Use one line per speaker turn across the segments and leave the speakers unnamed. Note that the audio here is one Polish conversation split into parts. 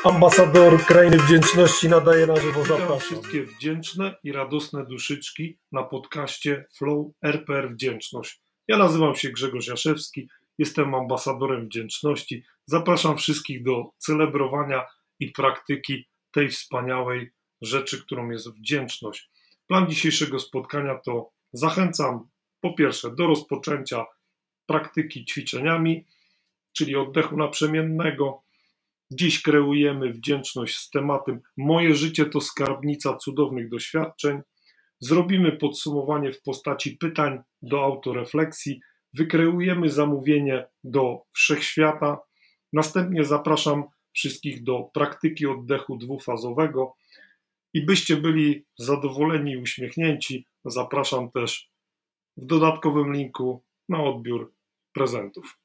Ambasador Krainy Wdzięczności nadaje na żywo,
Witam
zapraszam.
wszystkie wdzięczne i radosne duszyczki na podcaście Flow RPR Wdzięczność. Ja nazywam się Grzegorz Jaszewski, jestem ambasadorem wdzięczności. Zapraszam wszystkich do celebrowania i praktyki tej wspaniałej rzeczy, którą jest wdzięczność. Plan dzisiejszego spotkania to zachęcam po pierwsze do rozpoczęcia praktyki ćwiczeniami, czyli oddechu naprzemiennego. Dziś kreujemy wdzięczność z tematem Moje życie to skarbnica cudownych doświadczeń. Zrobimy podsumowanie w postaci pytań do autorefleksji. Wykreujemy zamówienie do wszechświata. Następnie zapraszam wszystkich do praktyki oddechu dwufazowego. I byście byli zadowoleni i uśmiechnięci, zapraszam też w dodatkowym linku na odbiór prezentów.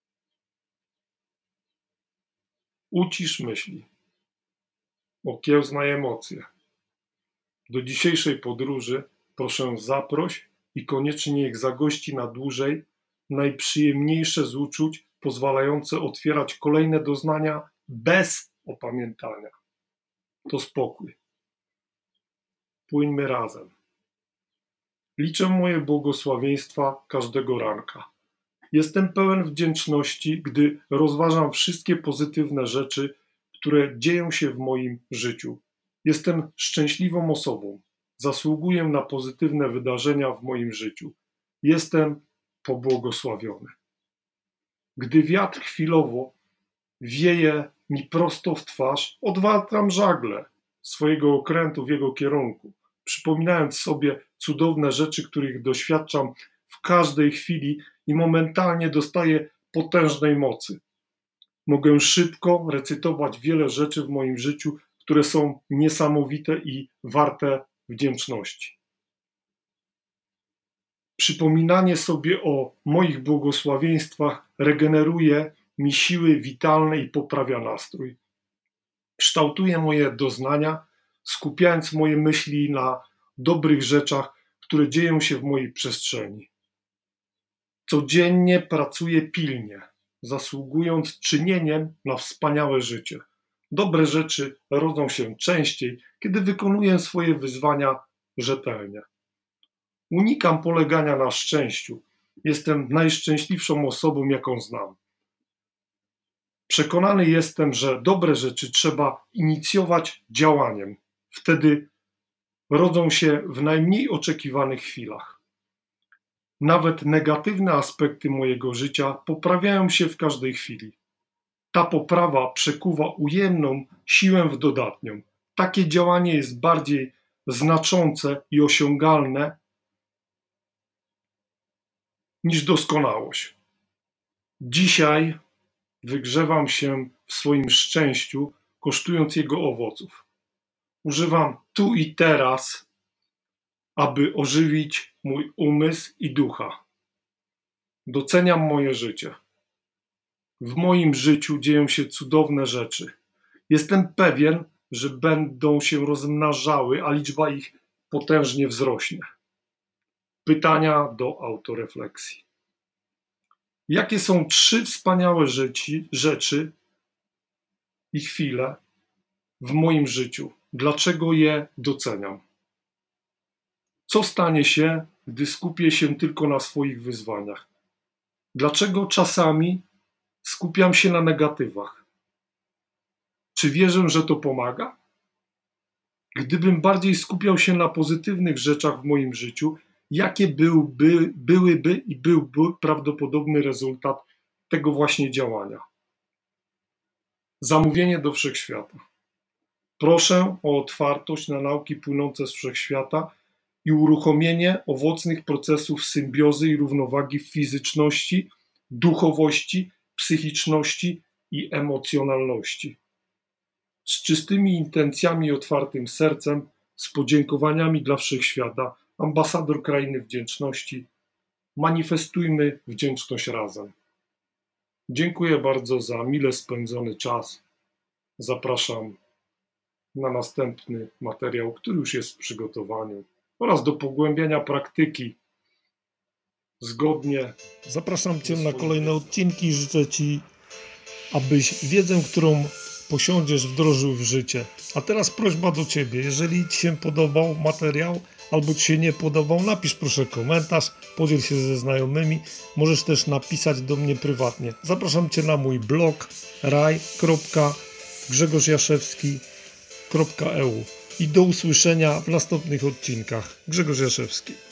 Ucisz myśli, okiełznaj emocje. Do dzisiejszej podróży proszę zaproś i koniecznie niech zagości na dłużej najprzyjemniejsze z uczuć, pozwalające otwierać kolejne doznania bez opamiętania. To spokój. Płyńmy razem. Liczę moje błogosławieństwa każdego ranka. Jestem pełen wdzięczności, gdy rozważam wszystkie pozytywne rzeczy, które dzieją się w moim życiu. Jestem szczęśliwą osobą. Zasługuję na pozytywne wydarzenia w moim życiu. Jestem pobłogosławiony. Gdy wiatr chwilowo wieje mi prosto w twarz, odwaltam żagle swojego okrętu w jego kierunku, przypominając sobie cudowne rzeczy, których doświadczam w każdej chwili i momentalnie dostaję potężnej mocy. Mogę szybko recytować wiele rzeczy w moim życiu, które są niesamowite i warte wdzięczności. Przypominanie sobie o moich błogosławieństwach regeneruje mi siły witalne i poprawia nastrój. Kształtuje moje doznania, skupiając moje myśli na dobrych rzeczach, które dzieją się w mojej przestrzeni. Codziennie pracuję pilnie, zasługując czynieniem na wspaniałe życie. Dobre rzeczy rodzą się częściej, kiedy wykonuję swoje wyzwania rzetelnie. Unikam polegania na szczęściu. Jestem najszczęśliwszą osobą, jaką znam. Przekonany jestem, że dobre rzeczy trzeba inicjować działaniem. Wtedy rodzą się w najmniej oczekiwanych chwilach. Nawet negatywne aspekty mojego życia poprawiają się w każdej chwili. Ta poprawa przekuwa ujemną siłę w dodatnią. Takie działanie jest bardziej znaczące i osiągalne niż doskonałość. Dzisiaj wygrzewam się w swoim szczęściu, kosztując jego owoców. Używam tu i teraz, aby ożywić mój umysł i ducha. Doceniam moje życie. W moim życiu dzieją się cudowne rzeczy. Jestem pewien, że będą się rozmnażały, a liczba ich potężnie wzrośnie. Pytania do autorefleksji. Jakie są 3 wspaniałe rzeczy i chwile w moim życiu? Dlaczego je doceniam? Co stanie się, gdy skupię się tylko na swoich wyzwaniach? Dlaczego czasami skupiam się na negatywach? Czy wierzę, że to pomaga? Gdybym bardziej skupiał się na pozytywnych rzeczach w moim życiu, jaki byłby prawdopodobny rezultat tego właśnie działania? Zamówienie do wszechświata. Proszę o otwartość na nauki płynące z wszechświata i uruchomienie owocnych procesów symbiozy i równowagi w fizyczności, duchowości, psychiczności i emocjonalności. Z czystymi intencjami i otwartym sercem, z podziękowaniami dla wszechświata, ambasador Krainy Wdzięczności, manifestujmy wdzięczność razem. Dziękuję bardzo za mile spędzony czas. Zapraszam na następny materiał, który już jest w przygotowaniu, oraz do pogłębiania praktyki zgodnie.
Zapraszam Cię na kolejne odcinki. Życzę Ci, abyś wiedzę, którą
posiądziesz, wdrożył w życie. A teraz prośba do Ciebie, jeżeli Ci się podobał materiał albo Ci się nie podobał, napisz proszę komentarz, podziel się ze znajomymi, możesz też napisać do mnie prywatnie. Zapraszam Cię na mój blog raj.grzegorzjaszewski.eu i do usłyszenia w następnych odcinkach. Grzegorz Jaszewski.